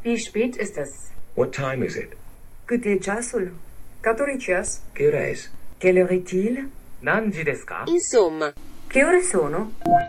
Wie spät ist es? What time is it? Cât e ceasul? Который час? Che ora è? Quelle heure est-il? Nanji desu ka? Insomma. Che ore sono?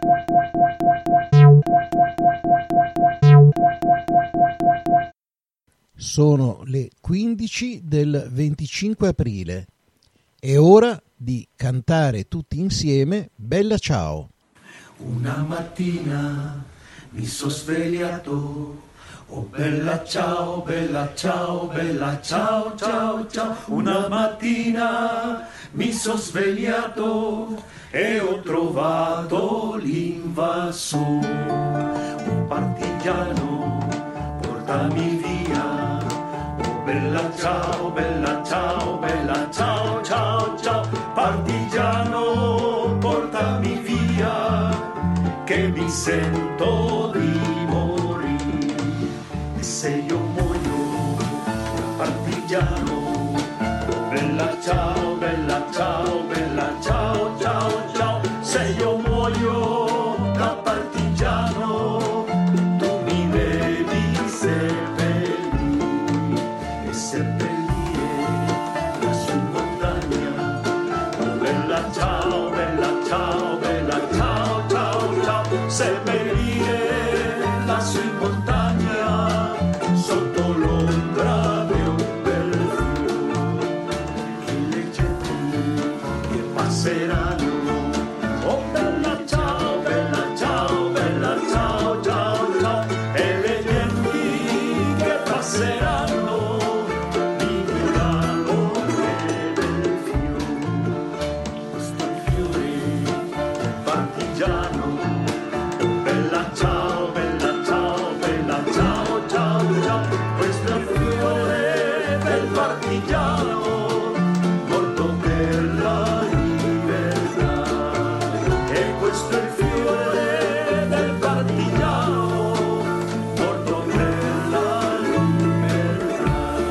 Sono le 15 del 25 aprile. È ora di cantare tutti insieme Bella Ciao. Una mattina mi sono svegliato, oh bella ciao, bella ciao, bella ciao, ciao, ciao. Una mattina mi sono svegliato e ho trovato l'invasore, un partigiano, portami via. Oh bella ciao, bella ciao, bella ciao, ciao, ciao. Partigiano, portami via, che mi sento di morire. E se io muoio da partigiano, oh bella ciao, bella ciao, bella ciao, ciao, ciao. Se io muoio da partigiano, tu mi devi seppellire e seppellire lassù in montagna. Oh bella ciao, bella ciao, bella ciao, ciao, ciao. Seppellire lassù in montagna, sotto l'ombra di un bel fiore, che le genti che passeranno. Oh bella ciao, bella ciao, bella ciao, ciao, ciao. E le genti che passeranno mi diranno che bel fiore, questo è il fiore del partigiano. Bella ciao, bella ciao, bella ciao, ciao, ciao. Questo è il fiore del partigiano, morto per la libertà. E questo è il fiore del partigiano, morto per la libertà.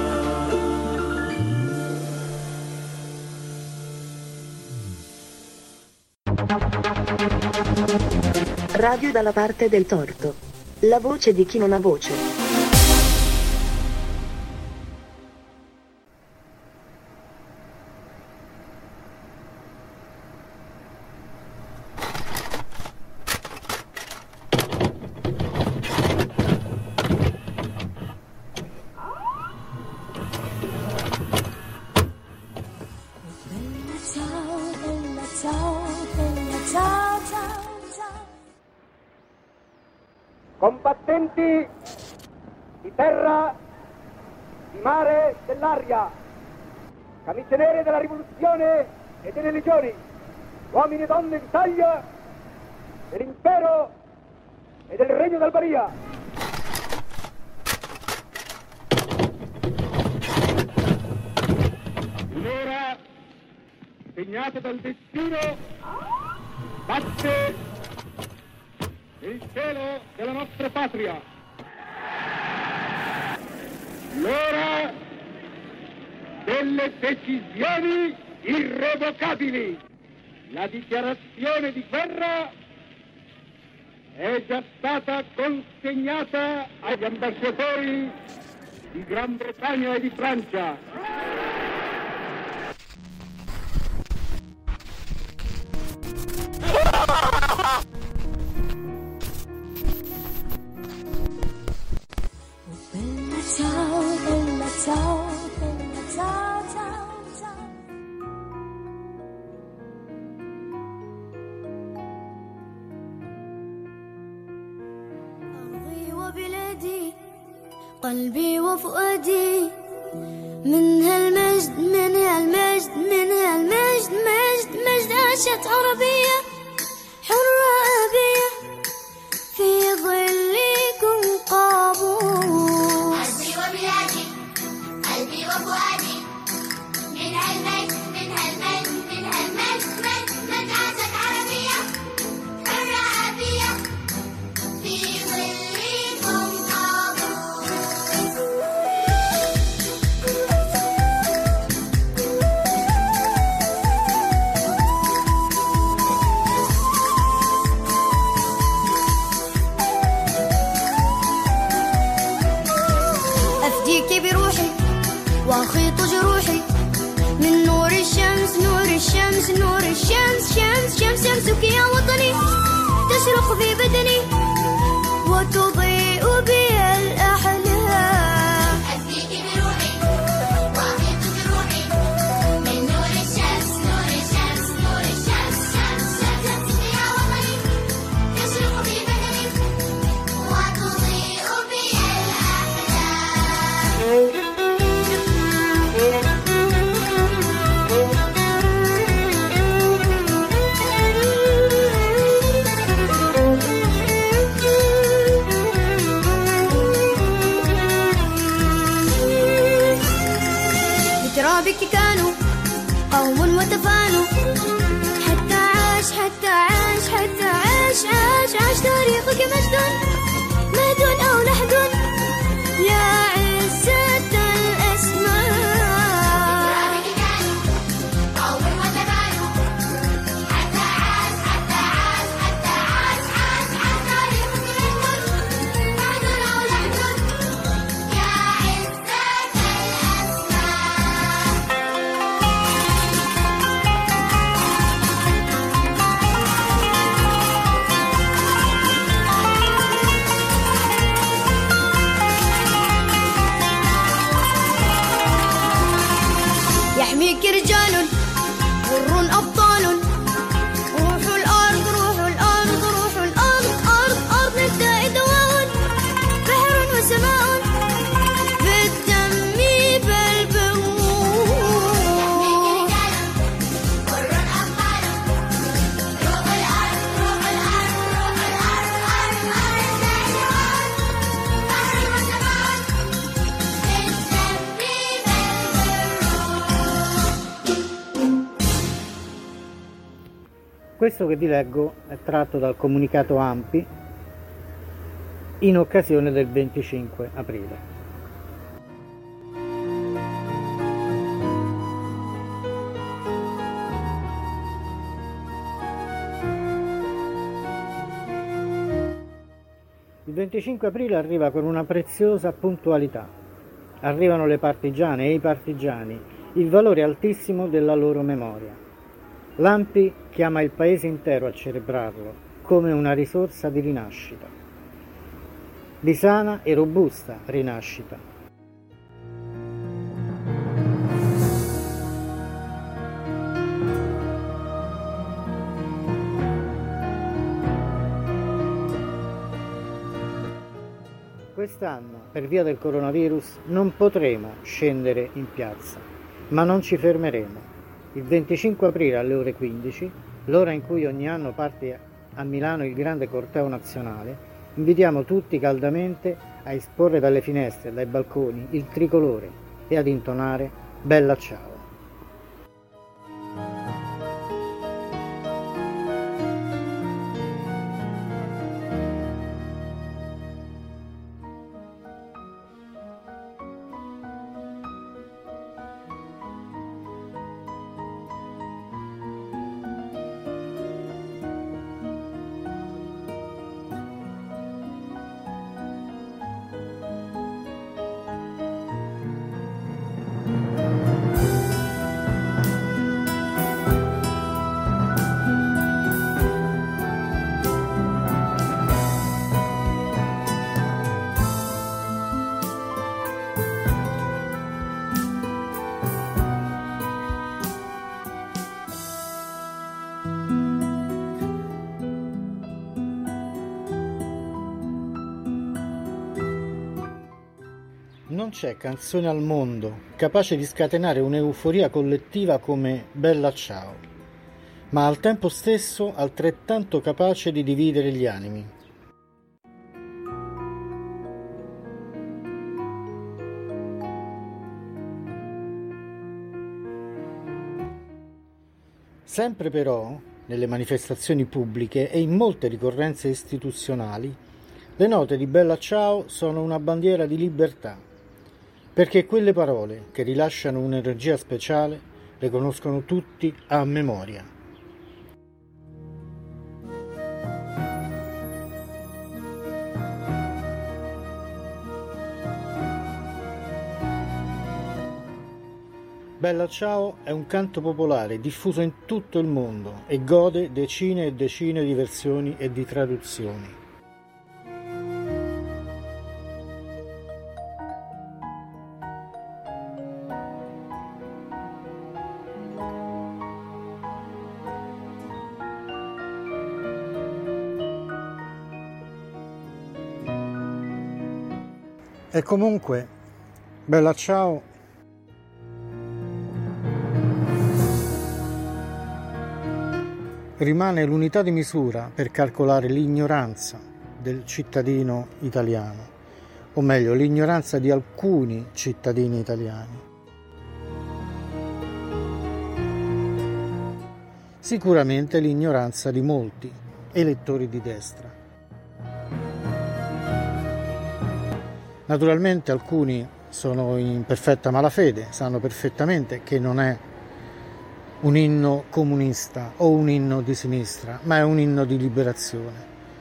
Radio dalla parte del torto. La voce di chi non ha voce. Combattenti di terra, di mare, dell'aria, camicie nere della rivoluzione e delle legioni, uomini e donne d'Italia, dell'impero e del regno d'Albania. Un'ora segnata dal destino batte il cielo della nostra patria. L'ora delle decisioni irrevocabili. La dichiarazione di guerra è già stata consegnata agli ambasciatori di Gran Bretagna e di Francia. Ciao, bella ciao, bella ciao, ciao, ciao. أرضي وبلادي قلبي وفؤادي من هالمجد من هالمجد من هالمجد مجد مجد عاشت عربية حرة أبية في ظلكم قابوس. وفؤادي من هالمجد من هالمجد من هالمجد مجد مجد عاشت عربية حرة أبية في ظلكم قابوس. وأخيط جروحي من نور الشمس نور الشمس نور الشمس شمس شمس شمسك يا وطني تشرق في بدني وتضيء بي الأحلام أفديك بروحي وأخيط جروحي من نور الشمس نور الشمس نور الشمس شمس شمسك يا وطني تشرق في بدني وتضيء بي الأحلام بك كانوا قوم وتفانوا حتى عاش حتى عاش حتى عاش عاش عاش تاريخك مجد مهد أو لحد يا عزة الأسماء بك كانوا قوم وتفانوا حتى عاش حتى عاش حتى عاش عاش عاش تاريخك مجد مهد أو لحد يا عزة يحميك رجال غر أبطال روح الأرض روح الأرض روح الأرض أرض أرض للداء دواء بحر وسماء بالدم بل بالروح يحميك رجال غر أبطال روح الأرض روح الأرض روح الأرض أرض أرض للداء دواء بحر وسماء بالدم Questo che vi leggo è tratto dal comunicato ANPI in occasione del 25 aprile. Il 25 aprile arriva con una preziosa puntualità. Arrivano le partigiane e i partigiani, il valore altissimo della loro memoria. L'ANPI chiama il paese intero a celebrarlo come una risorsa di rinascita, di sana e robusta rinascita. Quest'anno, per via del coronavirus, non potremo scendere in piazza, ma non ci fermeremo. Il 25 aprile alle ore 15, l'ora in cui ogni anno parte a Milano il grande corteo nazionale, invitiamo tutti caldamente a esporre dalle finestre e dai balconi il tricolore e ad intonare Bella Ciao. Non c'è canzone al mondo capace di scatenare un'euforia collettiva come Bella Ciao, ma al tempo stesso altrettanto capace di dividere gli animi. Sempre però, nelle manifestazioni pubbliche e in molte ricorrenze istituzionali, le note di Bella Ciao sono una bandiera di libertà, perché quelle parole che rilasciano un'energia speciale le conoscono tutti a memoria. Bella Ciao è un canto popolare diffuso in tutto il mondo e gode decine e decine di versioni e di traduzioni. E comunque, Bella Ciao rimane l'unità di misura per calcolare l'ignoranza del cittadino italiano, o meglio, l'ignoranza di alcuni cittadini italiani. Sicuramente l'ignoranza di molti elettori di destra. Naturalmente alcuni sono in perfetta malafede, sanno perfettamente che non è un inno comunista o un inno di sinistra, ma è un inno di liberazione.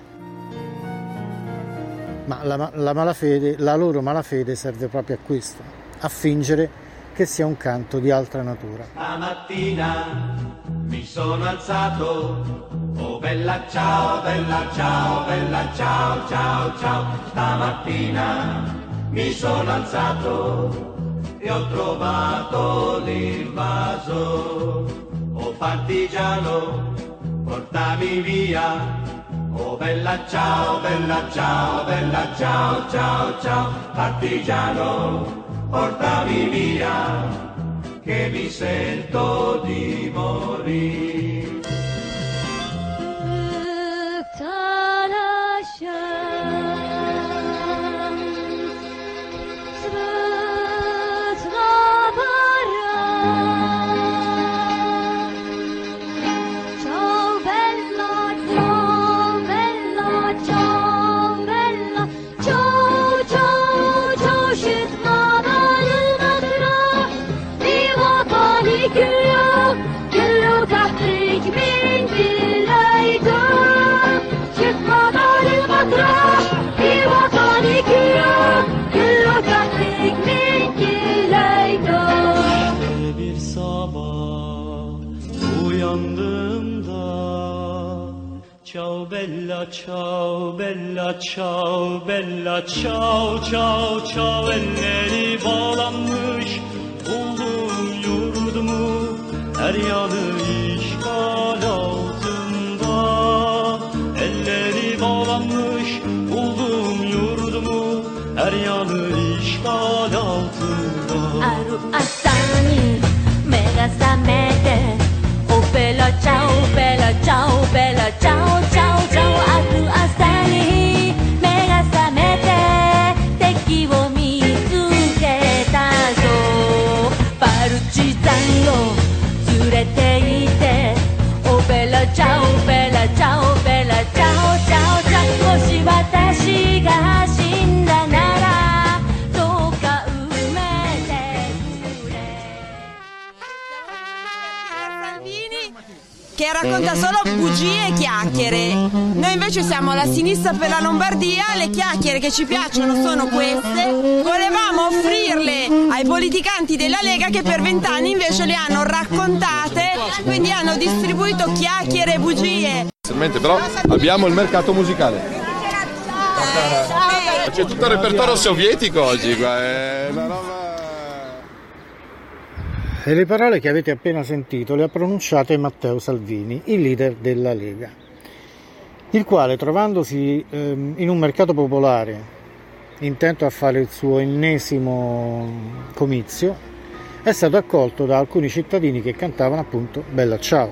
Ma la loro malafede serve proprio a questo, a fingere che sia un canto di altra natura. Stamattina mi sono alzato, oh bella ciao, bella ciao, bella ciao, ciao, ciao. Stamattina mi sono alzato e ho trovato l'invaso. Oh partigiano, portami via. Oh bella ciao, bella ciao, bella ciao, ciao, ciao. Partigiano, portami via, che mi sento di morire. Ciao bella ciao, bella ciao, bella ciao, ciao, ciao. Elleri bağlanmış buldum yurdumu, her yanı işgal altında. Elleri bağlanmış buldum yurdumu, her yanı işgal altında. Aru asani mega samete, oh bella ciao, bella ciao, bella ciao, ciao, ciao. Aru asani mega samete, teki wo mitsuketa zo. Partigian yo tsurete ite, oh bella ciao, bella ciao, bella ciao, ciao, ciao. Moshi watashi ga shinda nara douka umete kure. Che racconta solo bugie e chiacchiere. Noi invece siamo alla sinistra per la Lombardia, le chiacchiere che ci piacciono sono queste. Volevamo offrirle ai politicanti della Lega che per 20 anni invece le hanno raccontate, quindi hanno distribuito chiacchiere e bugie. Però abbiamo il mercato musicale. C'è tutto il repertorio sovietico oggi qua, è una roba. E le parole che avete appena sentito le ha pronunciate Matteo Salvini, il leader della Lega, il quale, trovandosi in un mercato popolare intento a fare il suo ennesimo comizio, è stato accolto da alcuni cittadini che cantavano appunto Bella Ciao.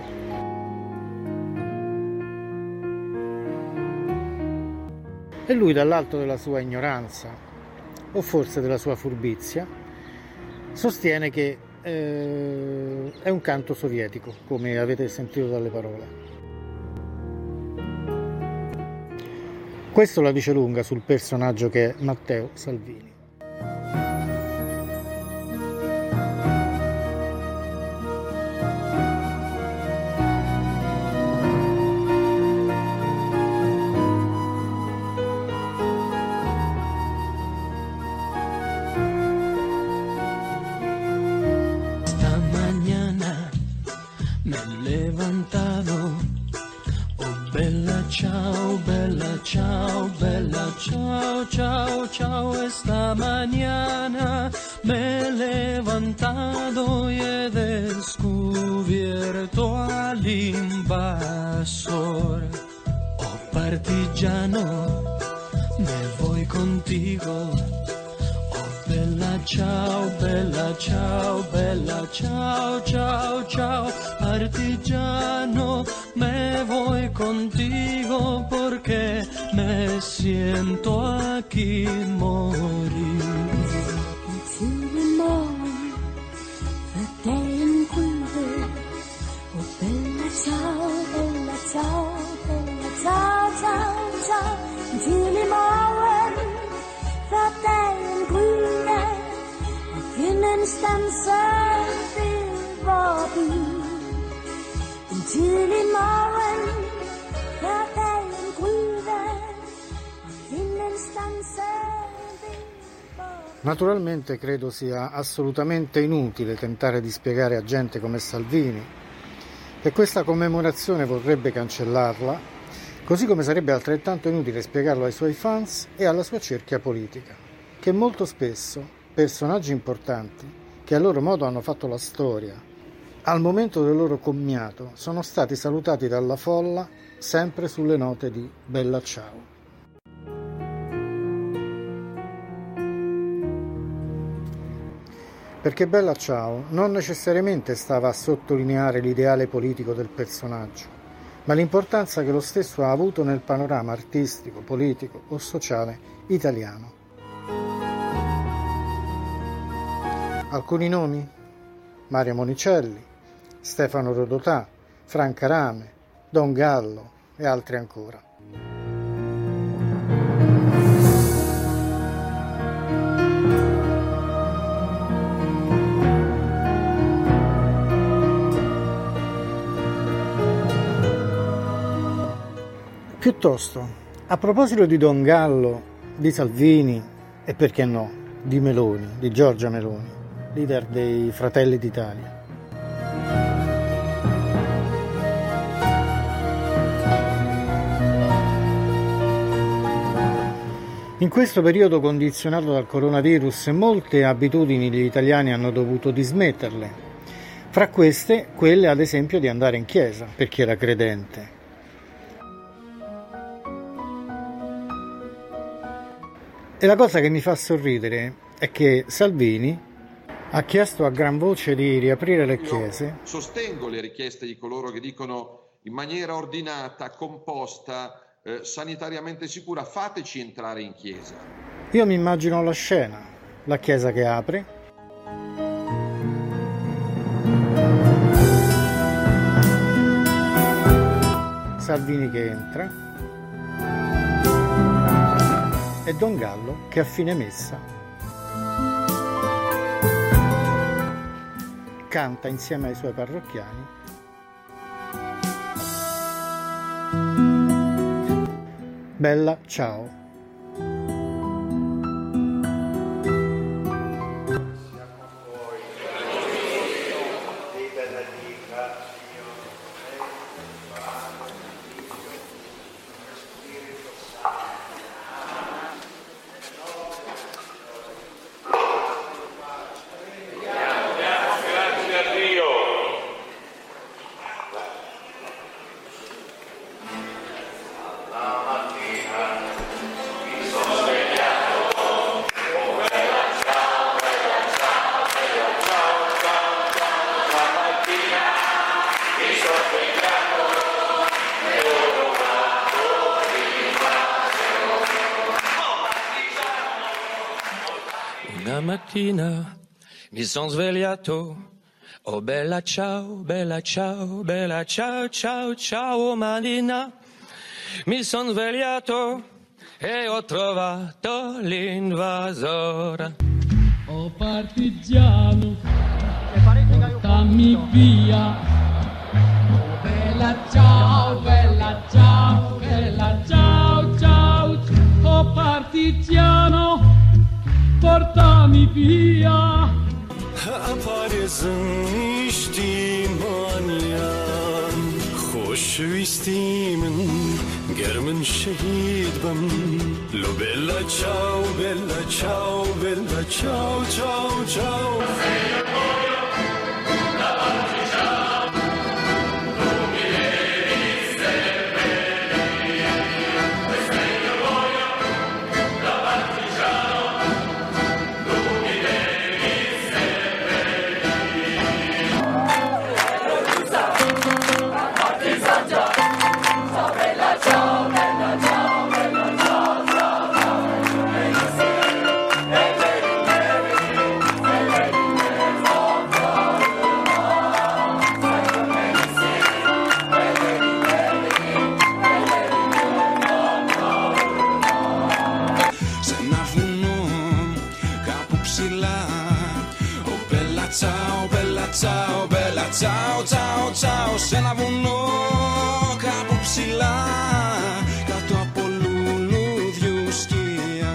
E lui, dall'alto della sua ignoranza, o forse della sua furbizia, sostiene che è un canto sovietico, come avete sentito dalle parole. Questo la dice lunga sul personaggio che è Matteo Salvini. Ciao, ciao, ciao, esta mañana me he levantado y he descubierto al invasor. Oh partigiano, me voy contigo. Oh bella ciao, bella ciao, bella ciao, ciao, ciao. Partigiano, me voy contigo porque me siento aquí morir. Until morning, the day included. Oh bella ciao, bella ciao, bella ciao, ciao, ciao. Until morning, the day included. Kvinnan vill vara bi. Until morning, the day included. Kvinnan Naturalmente credo sia assolutamente inutile tentare di spiegare a gente come Salvini che questa commemorazione vorrebbe cancellarla, così come sarebbe altrettanto inutile spiegarlo ai suoi fans e alla sua cerchia politica, che molto spesso personaggi importanti, che a loro modo hanno fatto la storia, al momento del loro commiato sono stati salutati dalla folla sempre sulle note di Bella Ciao. Perché Bella Ciao non necessariamente stava a sottolineare l'ideale politico del personaggio, ma l'importanza che lo stesso ha avuto nel panorama artistico, politico o sociale italiano. Alcuni nomi? Mario Monicelli, Stefano Rodotà, Franca Rame, Don Gallo e altri ancora. Piuttosto, a proposito di Don Gallo, di Salvini e perché no, di Meloni, di Giorgia Meloni, leader dei Fratelli d'Italia. In questo periodo condizionato dal coronavirus, molte abitudini gli italiani hanno dovuto dismetterle. Fra queste, quelle ad esempio di andare in chiesa, per chi era credente. E la cosa che mi fa sorridere è che Salvini ha chiesto a gran voce di riaprire le chiese. Io sostengo le richieste di coloro che dicono in maniera ordinata, composta, sanitariamente sicura, fateci entrare in chiesa. Io mi immagino la scena, la chiesa che apre, Salvini che entra e Don Gallo che a fine messa canta insieme ai suoi parrocchiani Bella Ciao. Una mattina mi son svegliato, oh bella ciao, bella ciao, bella ciao, ciao, ciao Marina. Mi son svegliato e ho trovato l'invasore. Oh partigiano, portami via. Oh bella ciao, bella ciao, bella ciao, ciao. Oh partigiano, portami via. Parizin içtiğim an ya, hoş istimin, germin şehit ben, lo bel ciao, bella ciao, bella ciao, ciao, ciao. Ciao, bella ciao, ciao, ciao. Σε ένα βουνό κάπου ψηλά, κάτω από λουλούδιου σκιά.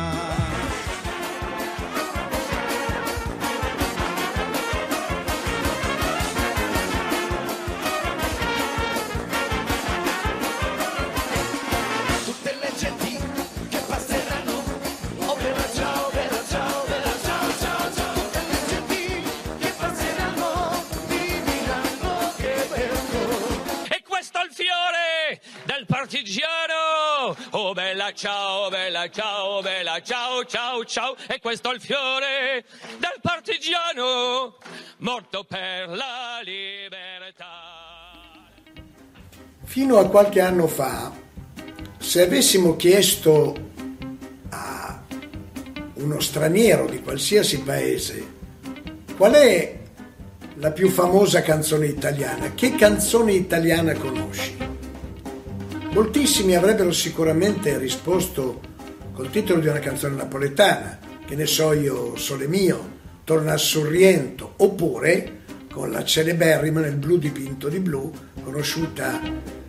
Tutte le genti che passeranno, oh bella ciao, bella ciao, bella ciao, ciao, ciao. Tutte le genti che passeranno, diranno che bello. E questo è il fiore del partigiano. Oh bella ciao, bella ciao, bella ciao, ciao, ciao. E questo è il fiore del partigiano morto per la libertà. Fino a qualche anno fa, se avessimo chiesto a uno straniero di qualsiasi paese qual è la più famosa canzone italiana, che canzone italiana conosci? Moltissimi avrebbero sicuramente risposto col titolo di una canzone napoletana, che ne so io, Sole mio, Torna a Sorrento, oppure con la celeberrima Nel blu dipinto di blu, conosciuta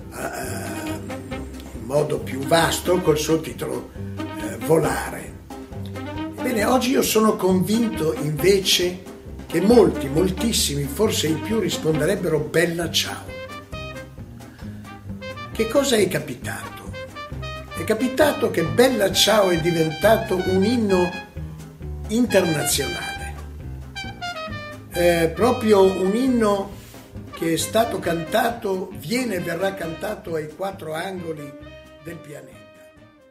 in modo più vasto col suo titolo Volare. Ebbene, oggi io sono convinto invece che moltissimi, forse i più, risponderebbero Bella ciao. Che cosa è capitato? È capitato che Bella ciao è diventato un inno internazionale, proprio un inno che è stato cantato, viene e verrà cantato ai quattro angoli del pianeta.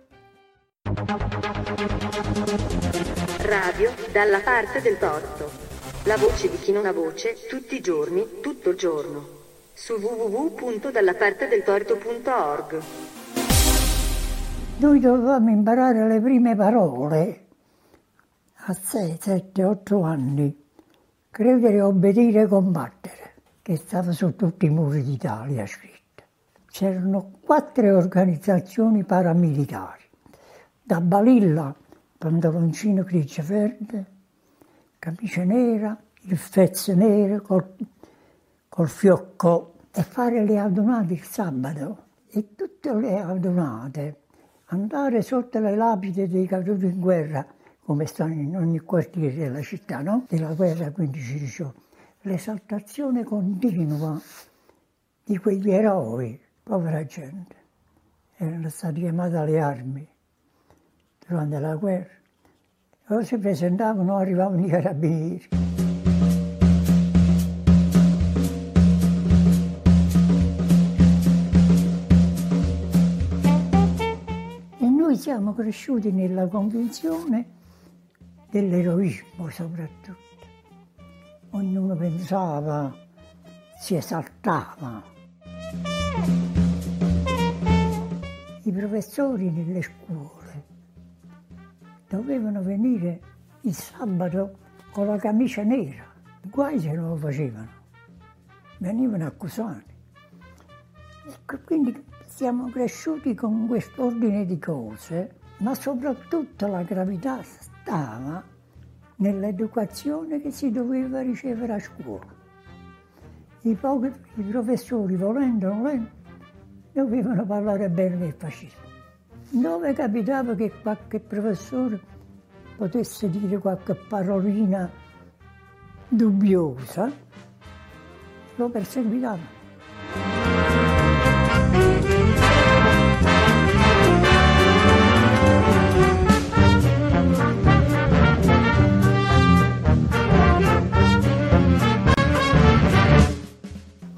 Radio dalla parte del torto. La voce di chi non ha voce, tutti i giorni, tutto il giorno. Su www.dallapartedeltorto.org. Noi dovevamo imparare le prime parole a 6, 7, 8 anni. Credere, obbedire, combattere, che stava su tutti i muri d'Italia scritto. C'erano 4 organizzazioni paramilitari. Da Balilla, pantaloncino grigio verde, camicia nera, il fez nero col fiocco, e fare le adunate il sabato. E tutte le adunate, andare sotto le lapidi dei caduti in guerra, come stanno in ogni quartiere della città, no? Della guerra 15-18. L'esaltazione continua di quegli eroi, povera gente, erano stati chiamati alle armi durante la guerra. Loro si presentavano, arrivavano i carabinieri. E noi siamo cresciuti nella convinzione dell'eroismo soprattutto. Ognuno pensava, si esaltava. I professori nelle scuole dovevano venire il sabato con la camicia nera, guai se non lo facevano, venivano accusati. Ecco, quindi siamo cresciuti con quest'ordine di cose, ma soprattutto la gravità stava nell'educazione che si doveva ricevere a scuola. I professori, volendo o nolendo, dovevano parlare bene del fascismo. Dove capitava che qualche professore potesse dire qualche parolina dubbiosa, lo perseguitava.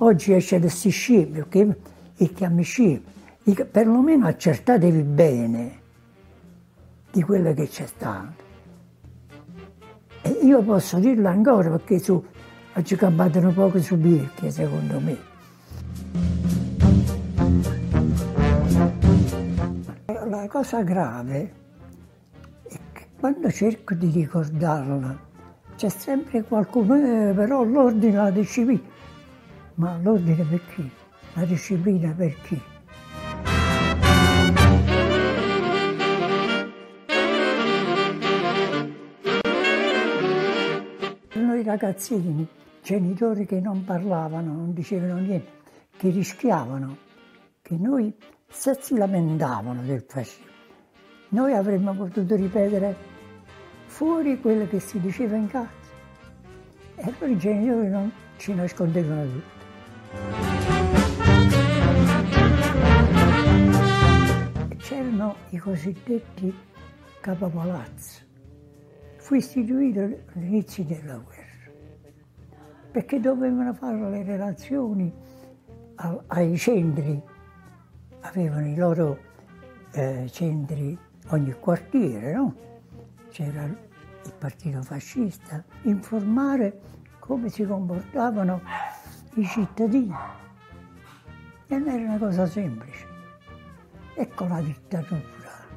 oggi esce da sti scemi, che chiami scemi, perlomeno accertatevi bene di quello che c'è stato. E io posso dirlo ancora perché oggi cambiano poco su Birchia, secondo me. La cosa grave è che quando cerco di ricordarla c'è sempre qualcuno, però l'ordine, la disciplina. Ma l'ordine per chi? La disciplina per chi? Noi ragazzini, genitori che non parlavano, non dicevano niente, che rischiavano, che noi se si lamentavano del fascismo, noi avremmo potuto ripetere fuori quello che si diceva in casa. E allora i genitori non ci nascondevano tutto. C'erano i cosiddetti capopalazzo. Fu istituito all'inizio della guerra, perché dovevano fare le relazioni ai centri, avevano i loro centri ogni quartiere, no? C'era il partito fascista, informare come si comportavano i cittadini. E non era una cosa semplice. Ecco la dittatura.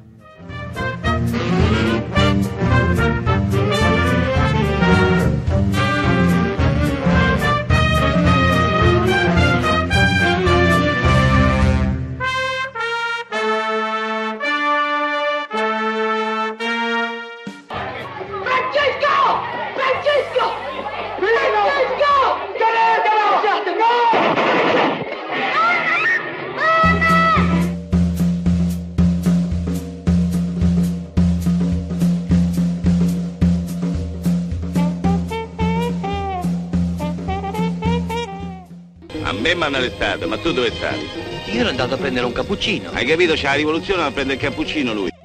A me mi hanno arrestato, ma tu dove stavi? Io ero andato a prendere un cappuccino. Hai capito? C'è la rivoluzione, va a prendere il cappuccino lui.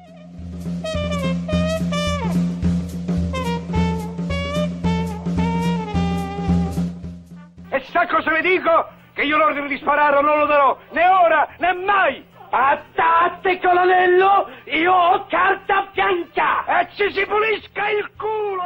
E sa cosa le dico? Che io l'ordine di sparare non lo darò, né ora né mai! Attatte, colonnello! Io ho carta bianca! E ci si pulisca il culo!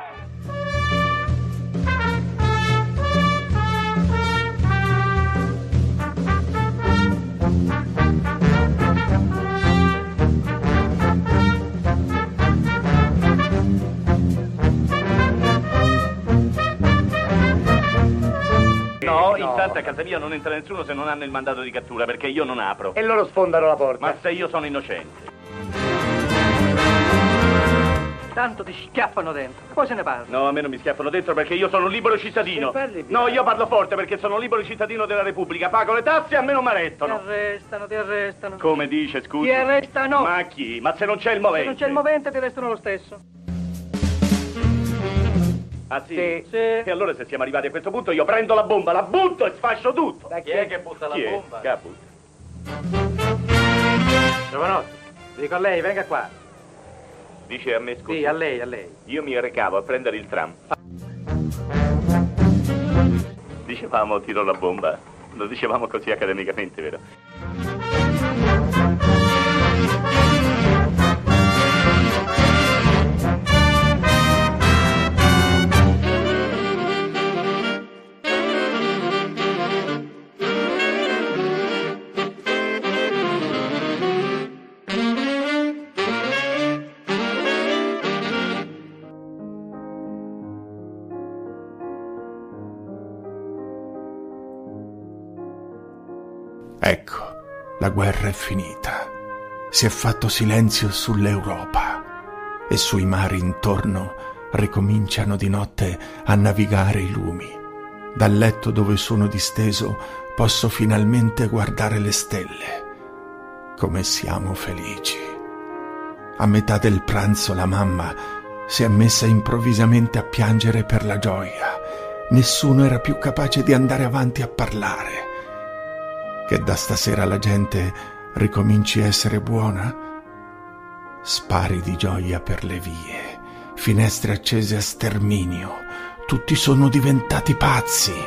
No, intanto a casa mia non entra nessuno se non hanno il mandato di cattura, perché io non apro. E loro sfondano la porta. Ma se io sono innocente. Tanto ti schiaffano dentro, poi se ne parla. No, a me non mi schiaffano dentro perché io sono un libero cittadino. No, io parlo forte perché sono un libero cittadino della Repubblica. Pago le tasse e a me non mi arrestano. Ti arrestano. Come dice, scusa? Ti arrestano. Ma chi? Ma se non c'è il movente? Se non c'è il movente ti arrestano lo stesso. Ah sì? Sì. E allora se siamo arrivati a questo punto io prendo la bomba, la butto e sfascio tutto. Da chi è che butta la bomba? Chi la butta? Giovanotto, dico a lei, venga qua. Dice a me, scusa? Sì, a lei, a lei. Io mi recavo a prendere il tram. Dicevamo tiro la bomba. Lo dicevamo così accademicamente, vero? Ecco, la guerra è finita. Si è fatto silenzio sull'Europa e sui mari intorno ricominciano di notte a navigare i lumi. Dal letto dove sono disteso posso finalmente guardare le stelle. Come siamo felici. A metà del pranzo la mamma si è messa improvvisamente a piangere per la gioia. Nessuno era più capace di andare avanti a parlare. Che da stasera la gente ricominci a essere buona? Spari di gioia per le vie, finestre accese a sterminio, tutti sono diventati pazzi,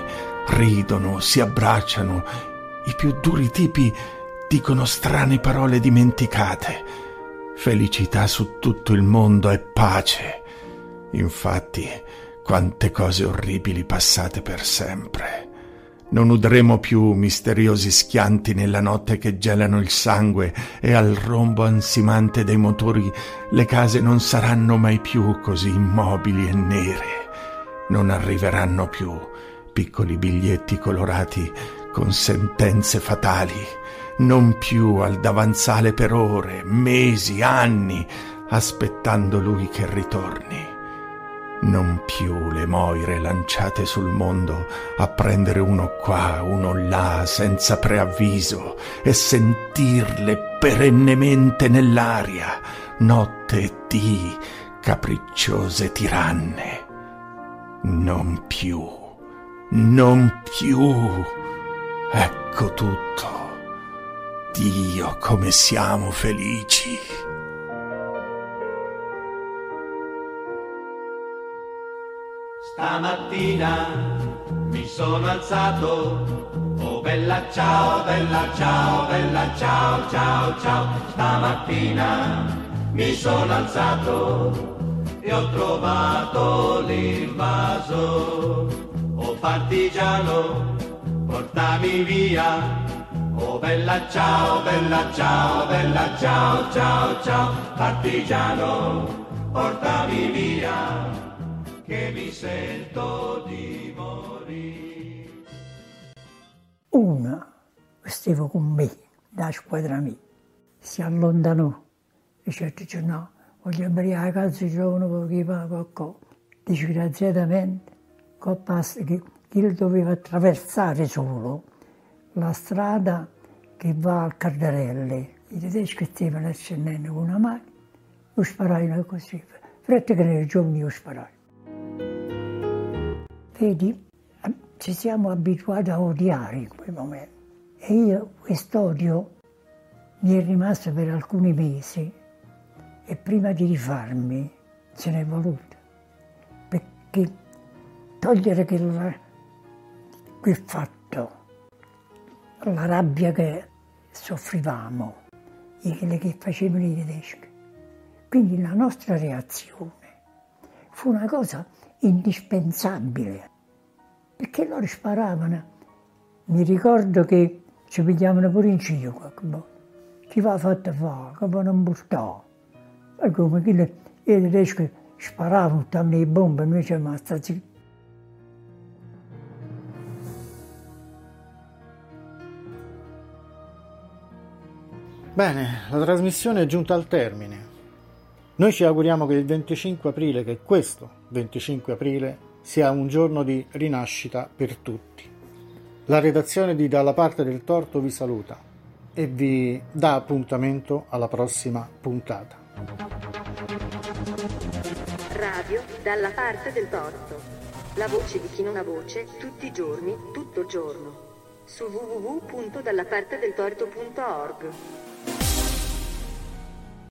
ridono, si abbracciano, i più duri tipi dicono strane parole dimenticate. Felicità su tutto il mondo e pace. Infatti, quante cose orribili passate per sempre. Non udremo più misteriosi schianti nella notte che gelano il sangue e al rombo ansimante dei motori le case non saranno mai più così immobili e nere. Non arriveranno più piccoli biglietti colorati con sentenze fatali, non più al davanzale per ore, mesi, anni, aspettando lui che ritorni. Non più le moire lanciate sul mondo a prendere uno qua, uno là, senza preavviso, e sentirle perennemente nell'aria, notte e dì, capricciose tiranne. Non più, non più. Ecco tutto. Dio, come siamo felici. Stamattina mi sono alzato, oh bella ciao, bella ciao, bella ciao, ciao, ciao. Stamattina mi sono alzato e ho trovato l'invaso. Oh partigiano, portami via, oh bella ciao, bella ciao, bella ciao, ciao, ciao. Partigiano, portami via, che mi sento di morire. Una stava con me, da squadra mia, si allontanò e certo dice no, voglio ubriacarsi giorno perché va qualcosa. Disgraziatamente, che doveva attraversare solo la strada che va al Cardarelle. I tedeschi stavano accendendo con una mano, lo spararono così, fretta che nei giorni lo spararono. Vedi, ci siamo abituati a odiare in quel momento. E io quest'odio mi è rimasto per alcuni mesi e prima di rifarmi ce n'è voluto. Perché togliere quel fatto, la rabbia che soffrivamo, quelle che facevano i tedeschi. Quindi la nostra reazione fu una cosa indispensabile, perché loro sparavano. Mi ricordo che ci pigliavano pure in giro qualche volta. Chi va fatto fare, che va non buttare. E come i tedeschi sparavano, stavano le bombe, noi ci siamo stati. Bene, la trasmissione è giunta al termine. Noi ci auguriamo che il 25 aprile, che questo 25 aprile, sia un giorno di rinascita per tutti. La redazione di Dalla parte del torto vi saluta e vi dà appuntamento alla prossima puntata. Radio Dalla parte del torto. La voce di chi non ha voce, tutti i giorni, tutto il giorno. Su www.dallapartedeltorto.org.